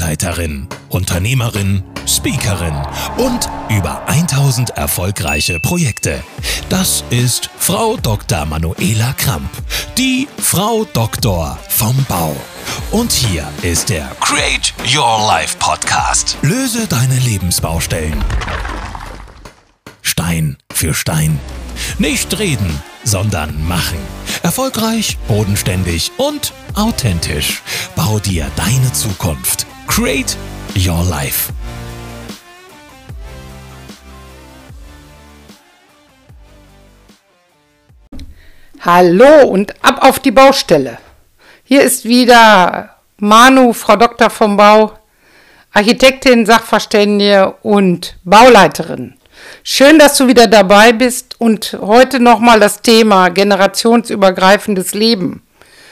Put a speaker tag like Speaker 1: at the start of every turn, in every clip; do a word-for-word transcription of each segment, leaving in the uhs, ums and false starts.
Speaker 1: Bauleiterin, Unternehmerin, Speakerin und über tausend erfolgreiche Projekte. Das ist Frau Doktor Manuela Kramp, die Frau Doktor vom Bau. Und hier ist der Create Your Life Podcast. Löse deine Lebensbaustellen. Stein für Stein. Nicht reden, sondern machen. Erfolgreich, bodenständig und authentisch. Bau dir deine Zukunft. Create Your Life.
Speaker 2: Hallo und ab auf die Baustelle. Hier ist wieder Manu, Frau Doktor vom Bau, Architektin, Sachverständige und Bauleiterin. Schön, dass du wieder dabei bist und heute nochmal das Thema generationsübergreifendes Leben.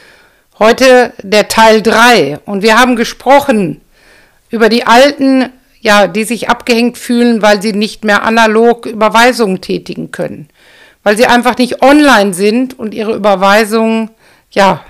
Speaker 2: Heute der Teil drei und wir haben gesprochen über die Alten, ja, die sich abgehängt fühlen, weil sie nicht mehr analog Überweisungen tätigen können, weil sie einfach nicht online sind und ihre Überweisungen, ja,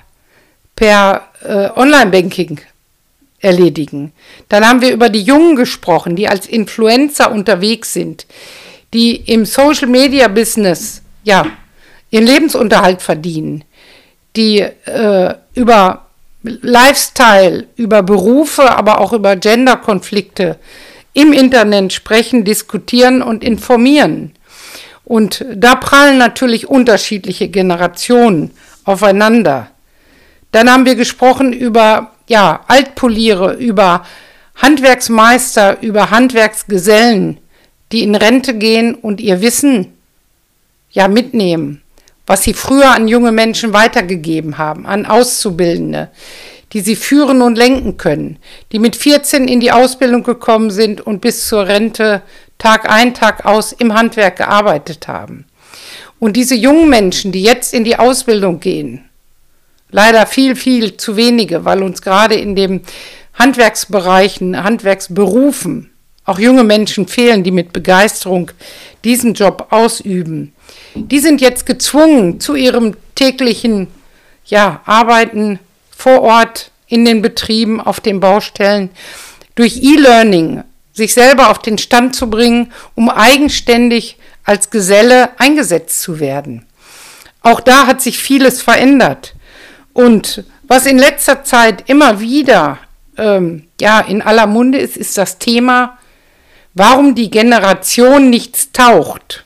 Speaker 2: per äh, Online-Banking erledigen. Dann haben wir über die Jungen gesprochen, die als Influencer unterwegs sind, die im Social-Media-Business ja, ihren Lebensunterhalt verdienen, die äh, über Lifestyle, über Berufe, aber auch über Gender-Konflikte im Internet sprechen, diskutieren und informieren. Und da prallen natürlich unterschiedliche Generationen aufeinander. Dann haben wir gesprochen über ja, Altpoliere, über Handwerksmeister, über Handwerksgesellen, die in Rente gehen und ihr Wissen ja, mitnehmen, was sie früher an junge Menschen weitergegeben haben, an Auszubildende, die sie führen und lenken können, die mit vierzehn in die Ausbildung gekommen sind und bis zur Rente Tag ein, Tag aus im Handwerk gearbeitet haben. Und diese jungen Menschen, die jetzt in die Ausbildung gehen, leider viel, viel zu wenige, weil uns gerade in den Handwerksbereichen, Handwerksberufen auch junge Menschen fehlen, die mit Begeisterung diesen Job ausüben. Die sind jetzt gezwungen, zu ihrem täglichen ja, Arbeiten vor Ort in den Betrieben, auf den Baustellen, durch E-Learning sich selber auf den Stand zu bringen, um eigenständig als Geselle eingesetzt zu werden. Auch da hat sich vieles verändert. Und was in letzter Zeit immer wieder ähm, ja, in aller Munde ist, ist das Thema, warum die Generation nichts taugt.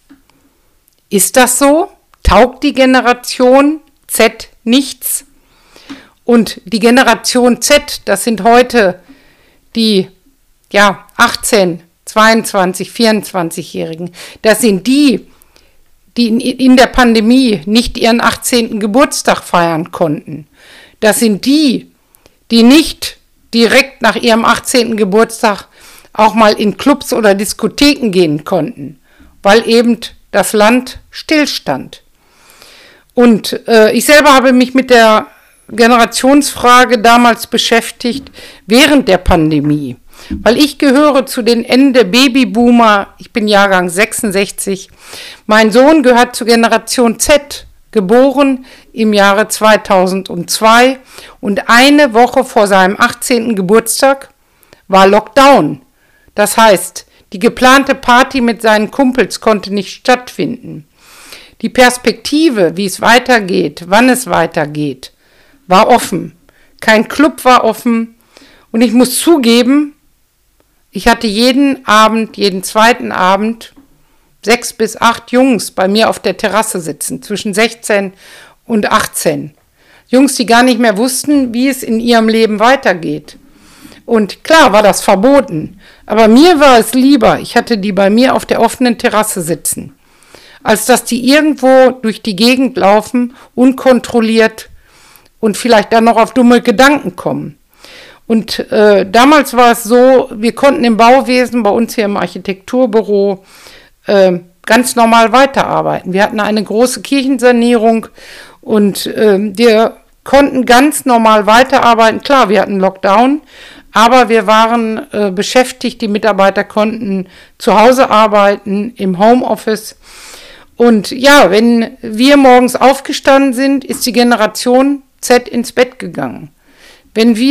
Speaker 2: Ist das so? Taugt die Generation Z nichts? Und die Generation Z, das sind heute die ja, achtzehn, zweiundzwanzig, vierundzwanzigjährigen, das sind die, die in der Pandemie nicht ihren achtzehnten Geburtstag feiern konnten. Das sind die, die nicht direkt nach ihrem achtzehnten Geburtstag auch mal in Clubs oder Diskotheken gehen konnten, weil eben das Land stillstand. Und äh, ich selber habe mich mit der Generationsfrage damals beschäftigt während der Pandemie, weil ich gehöre zu den Ende Babyboomer, ich bin Jahrgang sechsundsechzig, mein Sohn gehört zur Generation Z, geboren im Jahre zweitausendzwei und eine Woche vor seinem achtzehnten Geburtstag war Lockdown. Das heißt, die geplante Party mit seinen Kumpels konnte nicht stattfinden. Die Perspektive, wie es weitergeht, wann es weitergeht, war offen. Kein Club war offen und ich muss zugeben, ich hatte jeden Abend, jeden zweiten Abend sechs bis acht Jungs bei mir auf der Terrasse sitzen, zwischen sechzehn und achtzehn. Jungs, die gar nicht mehr wussten, wie es in ihrem Leben weitergeht. Und klar war das verboten, aber mir war es lieber, ich hatte die bei mir auf der offenen Terrasse sitzen, als dass die irgendwo durch die Gegend laufen, unkontrolliert und vielleicht dann noch auf dumme Gedanken kommen. Und äh, damals war es so, wir konnten im Bauwesen, bei uns hier im Architekturbüro, äh, ganz normal weiterarbeiten. Wir hatten eine große Kirchensanierung und äh, wir konnten ganz normal weiterarbeiten. Klar, wir hatten Lockdown, aber wir waren äh, beschäftigt, die Mitarbeiter konnten zu Hause arbeiten, im Homeoffice. Und ja, wenn wir morgens aufgestanden sind, ist die Generation Z ins Bett gegangen. Wenn wir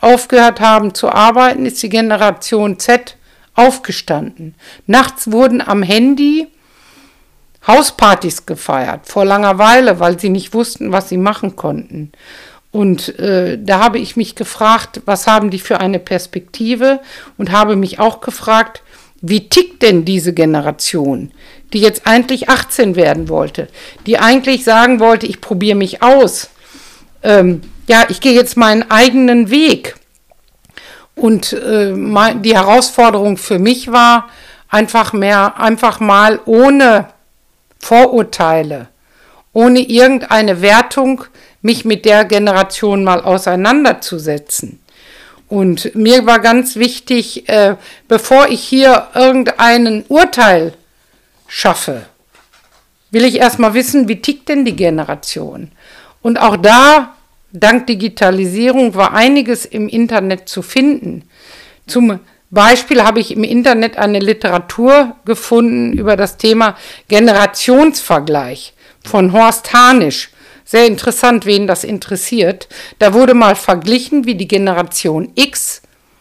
Speaker 2: aufgehört haben zu arbeiten, ist die Generation Z aufgestanden. Nachts wurden am Handy Hauspartys gefeiert, vor Langeweile, weil sie nicht wussten, was sie machen konnten. Und äh, da habe ich mich gefragt, was haben die für eine Perspektive? Und habe mich auch gefragt, wie tickt denn diese Generation, die jetzt eigentlich achtzehn werden wollte, die eigentlich sagen wollte, ich probiere mich aus. Ähm, ja, ich gehe jetzt meinen eigenen Weg. Und äh, mein, die Herausforderung für mich war, einfach mehr, einfach mal ohne Vorurteile, ohne irgendeine Wertung, mich mit der Generation mal auseinanderzusetzen. Und mir war ganz wichtig, äh, bevor ich hier irgendein Urteil schaffe, will ich erstmal wissen, wie tickt denn die Generation? Und auch da, dank Digitalisierung, war einiges im Internet zu finden. Zum Beispiel habe ich im Internet eine Literatur gefunden über das Thema Generationsvergleich von Horst Harnisch. Sehr interessant, wen das interessiert. Da wurde mal verglichen, wie die Generation X,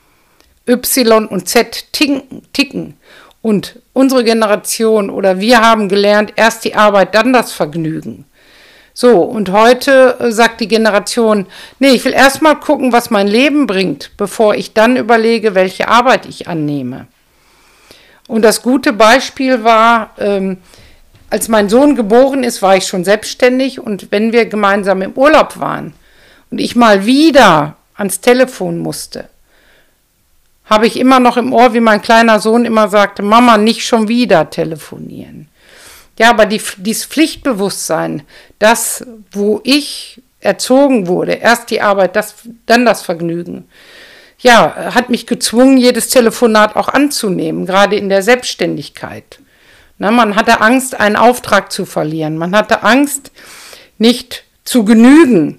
Speaker 2: Y und Z ticken. Und unsere Generation oder wir haben gelernt, erst die Arbeit, dann das Vergnügen. So, und heute sagt die Generation, nee, ich will erst mal gucken, was mein Leben bringt, bevor ich dann überlege, welche Arbeit ich annehme. Und das gute Beispiel war, ähm, als mein Sohn geboren ist, war ich schon selbstständig, und wenn wir gemeinsam im Urlaub waren und ich mal wieder ans Telefon musste, habe ich immer noch im Ohr, wie mein kleiner Sohn immer sagte, Mama, nicht schon wieder telefonieren. Ja, aber die, dieses Pflichtbewusstsein, das, wo ich erzogen wurde, erst die Arbeit, das, dann das Vergnügen, ja, hat mich gezwungen, jedes Telefonat auch anzunehmen, gerade in der Selbstständigkeit. Na, man hatte Angst, einen Auftrag zu verlieren. Man hatte Angst, nicht zu genügen.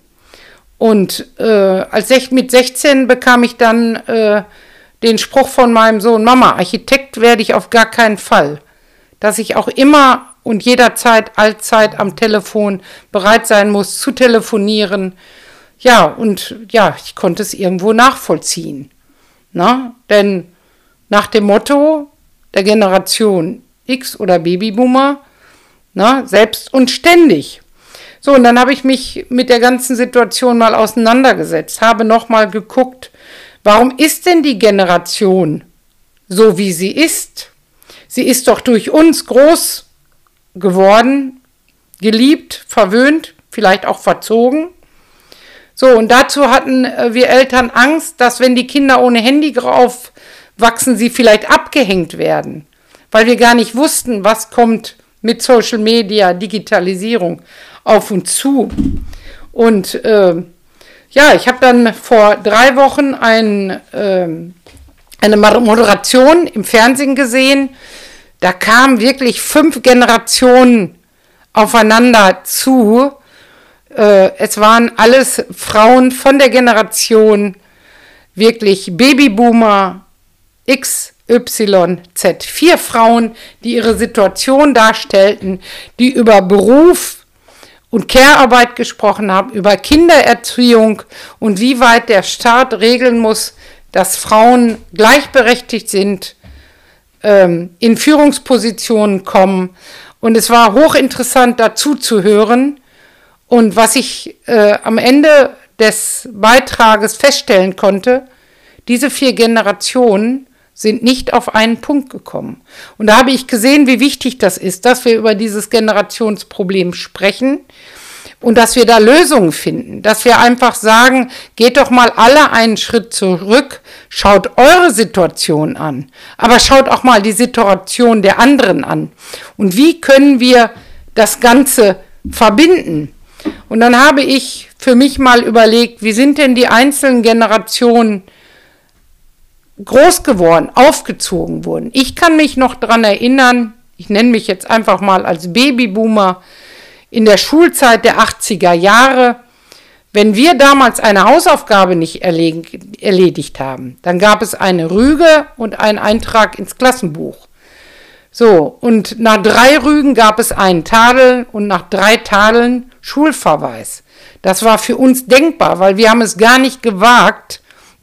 Speaker 2: Und äh, als ich mit sechzehn bekam ich dann äh, den Spruch von meinem Sohn, Mama, Architekt werde ich auf gar keinen Fall. Dass ich auch immer und jederzeit, allzeit am Telefon bereit sein muss, zu telefonieren. Ja, und ja, ich konnte es irgendwo nachvollziehen. Na? Denn nach dem Motto der Generation X oder Babyboomer, na, selbst und ständig. So, und dann habe ich mich mit der ganzen Situation mal auseinandergesetzt, habe nochmal geguckt, warum ist denn die Generation so, wie sie ist? Sie ist doch durch uns groß geworden, geliebt, verwöhnt, vielleicht auch verzogen. So, und dazu hatten wir Eltern Angst, dass wenn die Kinder ohne Handy aufwachsen, sie vielleicht abgehängt werden, weil wir gar nicht wussten, was kommt mit Social Media, Digitalisierung auf uns zu. Und äh, ja, ich habe dann vor drei Wochen ein, äh, eine Moderation im Fernsehen gesehen. Da kamen wirklich fünf Generationen aufeinander zu. Äh, es waren alles Frauen von der Generation wirklich Babyboomer, X, Y, Z. Vier Frauen, die ihre Situation darstellten, die über Beruf und Care-Arbeit gesprochen haben, über Kindererziehung und wie weit der Staat regeln muss, dass Frauen gleichberechtigt sind, ähm, in Führungspositionen kommen. Und es war hochinteressant, dazu zu hören. Und was ich äh, am Ende des Beitrages feststellen konnte, diese vier Generationen sind nicht auf einen Punkt gekommen. Und da habe ich gesehen, wie wichtig das ist, dass wir über dieses Generationsproblem sprechen und dass wir da Lösungen finden, dass wir einfach sagen, geht doch mal alle einen Schritt zurück, schaut eure Situation an, aber schaut auch mal die Situation der anderen an. Und wie können wir das Ganze verbinden? Und dann habe ich für mich mal überlegt, wie sind denn die einzelnen Generationen groß geworden, aufgezogen wurden. Ich kann mich noch daran erinnern, ich nenne mich jetzt einfach mal als Babyboomer, in der Schulzeit der achtziger Jahre, wenn wir damals eine Hausaufgabe nicht erledigt haben, dann gab es eine Rüge und einen Eintrag ins Klassenbuch. So, und nach drei Rügen gab es einen Tadel und nach drei Tadeln Schulverweis. Das war für uns denkbar, weil wir haben es gar nicht gewagt,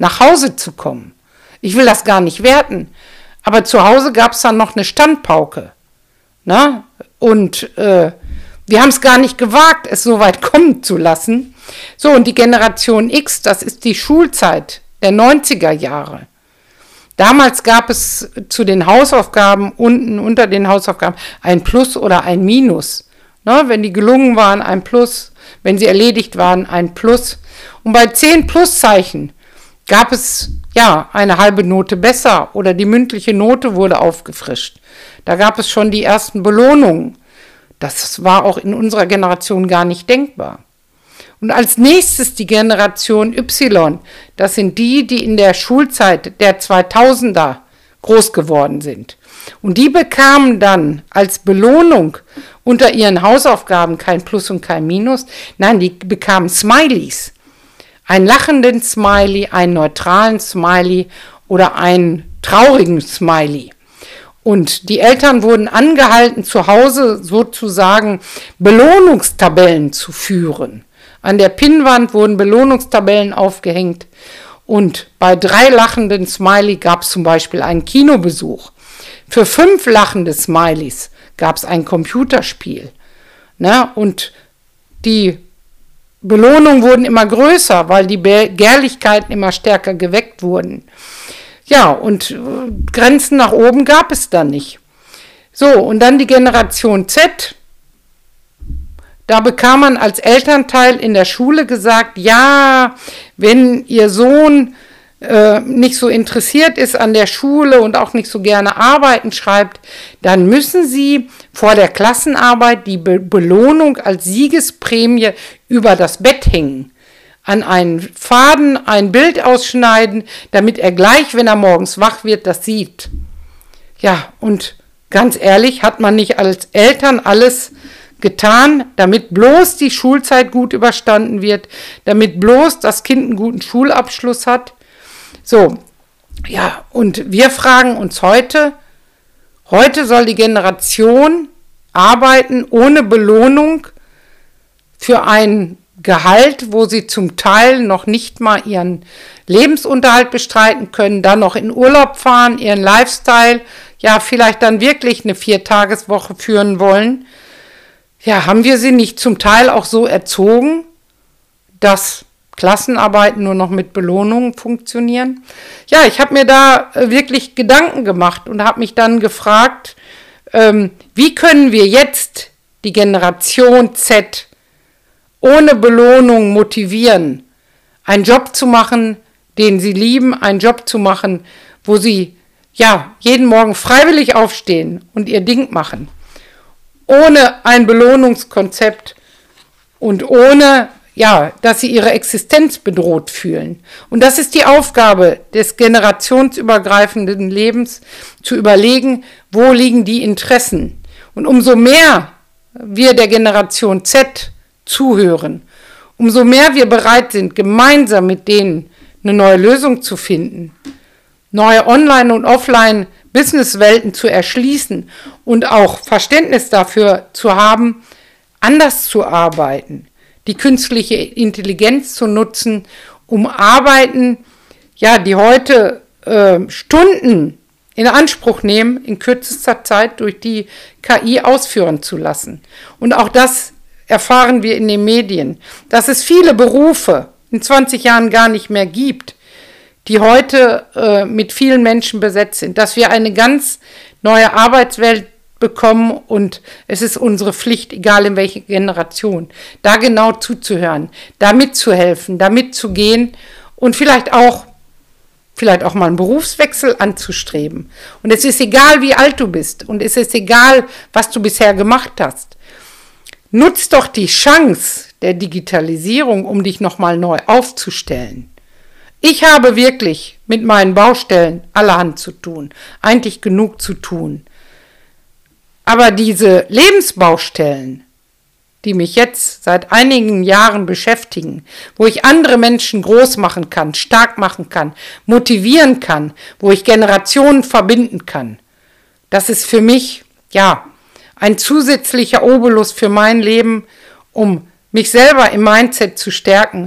Speaker 2: nach Hause zu kommen. Ich will das gar nicht werten, aber zu Hause gab es dann noch eine Standpauke. Na? Und äh, wir haben es gar nicht gewagt, es so weit kommen zu lassen. So, und die Generation X, das ist die Schulzeit der neunziger Jahre. Damals gab es zu den Hausaufgaben unten unter den Hausaufgaben ein Plus oder ein Minus. Ne, wenn die gelungen waren, ein Plus. Wenn sie erledigt waren, ein Plus. Und bei zehn Pluszeichen gab es ja eine halbe Note besser oder die mündliche Note wurde aufgefrischt. Da gab es schon die ersten Belohnungen. Das war auch in unserer Generation gar nicht denkbar. Und als nächstes die Generation Y. Das sind die, die in der Schulzeit der zweitausender groß geworden sind. Und die bekamen dann als Belohnung unter ihren Hausaufgaben kein Plus und kein Minus. Nein, die bekamen Smileys. Einen lachenden Smiley, einen neutralen Smiley oder einen traurigen Smiley. Und die Eltern wurden angehalten, zu Hause sozusagen Belohnungstabellen zu führen. An der Pinnwand wurden Belohnungstabellen aufgehängt. Und bei drei lachenden Smiley gab es zum Beispiel einen Kinobesuch. Für fünf lachende Smileys gab es ein Computerspiel. Na, und die Belohnungen wurden immer größer, weil die Begehrlichkeiten immer stärker geweckt wurden. Ja, und Grenzen nach oben gab es dann nicht. So, und dann die Generation Z. Da bekam man als Elternteil in der Schule gesagt, ja, wenn Ihr Sohn äh, nicht so interessiert ist an der Schule und auch nicht so gerne Arbeiten schreibt, dann müssen Sie vor der Klassenarbeit die Be- Belohnung als Siegesprämie über das Bett hängen. An einen Faden ein Bild ausschneiden, damit er gleich, wenn er morgens wach wird, das sieht. Ja, und ganz ehrlich, hat man nicht als Eltern alles getan, damit bloß die Schulzeit gut überstanden wird, damit bloß das Kind einen guten Schulabschluss hat. So, ja, und wir fragen uns heute, heute soll die Generation arbeiten ohne Belohnung für ein Gehalt, wo sie zum Teil noch nicht mal ihren Lebensunterhalt bestreiten können, dann noch in Urlaub fahren, ihren Lifestyle, ja, vielleicht dann wirklich eine Viertageswoche führen wollen. Ja, haben wir sie nicht zum Teil auch so erzogen, dass Klassenarbeiten nur noch mit Belohnungen funktionieren? Ja, ich habe mir da wirklich Gedanken gemacht und habe mich dann gefragt, ähm, wie können wir jetzt die Generation Z ohne Belohnung motivieren, einen Job zu machen, den sie lieben, einen Job zu machen, wo sie ja jeden Morgen freiwillig aufstehen und ihr Ding machen. Ohne ein Belohnungskonzept und ohne, ja, dass sie ihre Existenz bedroht fühlen. Und das ist die Aufgabe des generationsübergreifenden Lebens, zu überlegen, wo liegen die Interessen. Und umso mehr wir der Generation Z zuhören, umso mehr wir bereit sind, gemeinsam mit denen eine neue Lösung zu finden, neue Online- und Offline-Businesswelten zu erschließen und auch Verständnis dafür zu haben, anders zu arbeiten, die künstliche Intelligenz zu nutzen, um Arbeiten, ja, die heute äh, Stunden in Anspruch nehmen, in kürzester Zeit durch die K I ausführen zu lassen. Und auch das erfahren wir in den Medien, dass es viele Berufe in zwanzig Jahren gar nicht mehr gibt, die heute äh, mit vielen Menschen besetzt sind, dass wir eine ganz neue Arbeitswelt bekommen und es ist unsere Pflicht, egal in welcher Generation, da genau zuzuhören, da mitzuhelfen, da mitzugehen und vielleicht auch, vielleicht auch mal einen Berufswechsel anzustreben. Und es ist egal, wie alt du bist und es ist egal, was du bisher gemacht hast. Nutz doch die Chance der Digitalisierung, um dich nochmal neu aufzustellen. Ich habe wirklich mit meinen Baustellen allerhand zu tun, eigentlich genug zu tun. Aber diese Lebensbaustellen, die mich jetzt seit einigen Jahren beschäftigen, wo ich andere Menschen groß machen kann, stark machen kann, motivieren kann, wo ich Generationen verbinden kann, das ist für mich, ja, ein zusätzlicher Obolus für mein Leben, um mich selber im Mindset zu stärken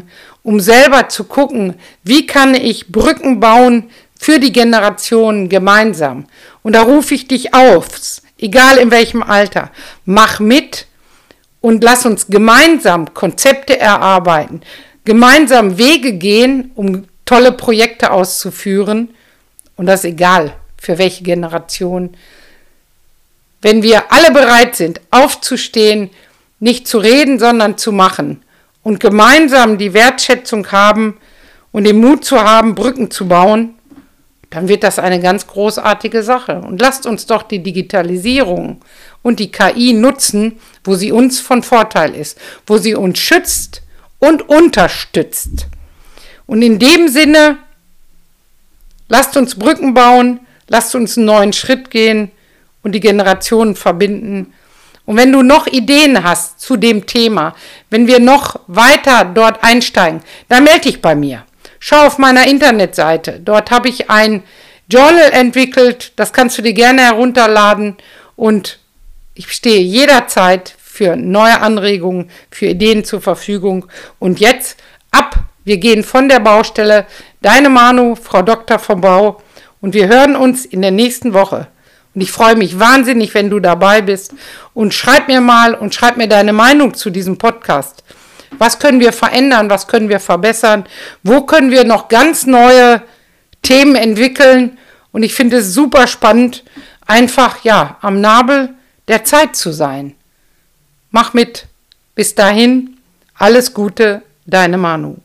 Speaker 2: um selber zu gucken, wie kann ich Brücken bauen für die Generationen gemeinsam. Und da rufe ich dich auf, egal in welchem Alter, mach mit und lass uns gemeinsam Konzepte erarbeiten, gemeinsam Wege gehen, um tolle Projekte auszuführen. Und das ist egal, für welche Generation. Wenn wir alle bereit sind, aufzustehen, nicht zu reden, sondern zu machen und gemeinsam die Wertschätzung haben und den Mut zu haben, Brücken zu bauen, dann wird das eine ganz großartige Sache. Und lasst uns doch die Digitalisierung und die K I nutzen, wo sie uns von Vorteil ist, wo sie uns schützt und unterstützt. Und in dem Sinne, lasst uns Brücken bauen, lasst uns einen neuen Schritt gehen und die Generationen verbinden. Und wenn du noch Ideen hast zu dem Thema, wenn wir noch weiter dort einsteigen, dann melde dich bei mir. Schau auf meiner Internetseite. Dort habe ich ein Journal entwickelt. Das kannst du dir gerne herunterladen. Und ich stehe jederzeit für neue Anregungen, für Ideen zur Verfügung. Und jetzt ab. Wir gehen von der Baustelle. Deine Manu, Frau Doktor vom Bau. Und wir hören uns in der nächsten Woche. Und ich freue mich wahnsinnig, wenn du dabei bist. Und schreib mir mal und schreib mir deine Meinung zu diesem Podcast. Was können wir verändern? Was können wir verbessern? Wo können wir noch ganz neue Themen entwickeln? Und ich finde es super spannend, einfach ja am Nabel der Zeit zu sein. Mach mit. Bis dahin, alles Gute, deine Manu.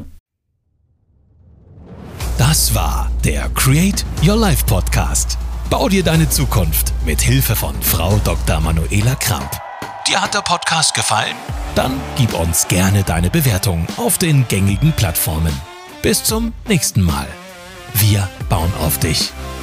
Speaker 1: Das war der Create Your Life Podcast. Bau dir deine Zukunft mit Hilfe von Frau Doktor Manuela Kramp. Dir hat der Podcast gefallen? Dann gib uns gerne deine Bewertung auf den gängigen Plattformen. Bis zum nächsten Mal. Wir bauen auf dich.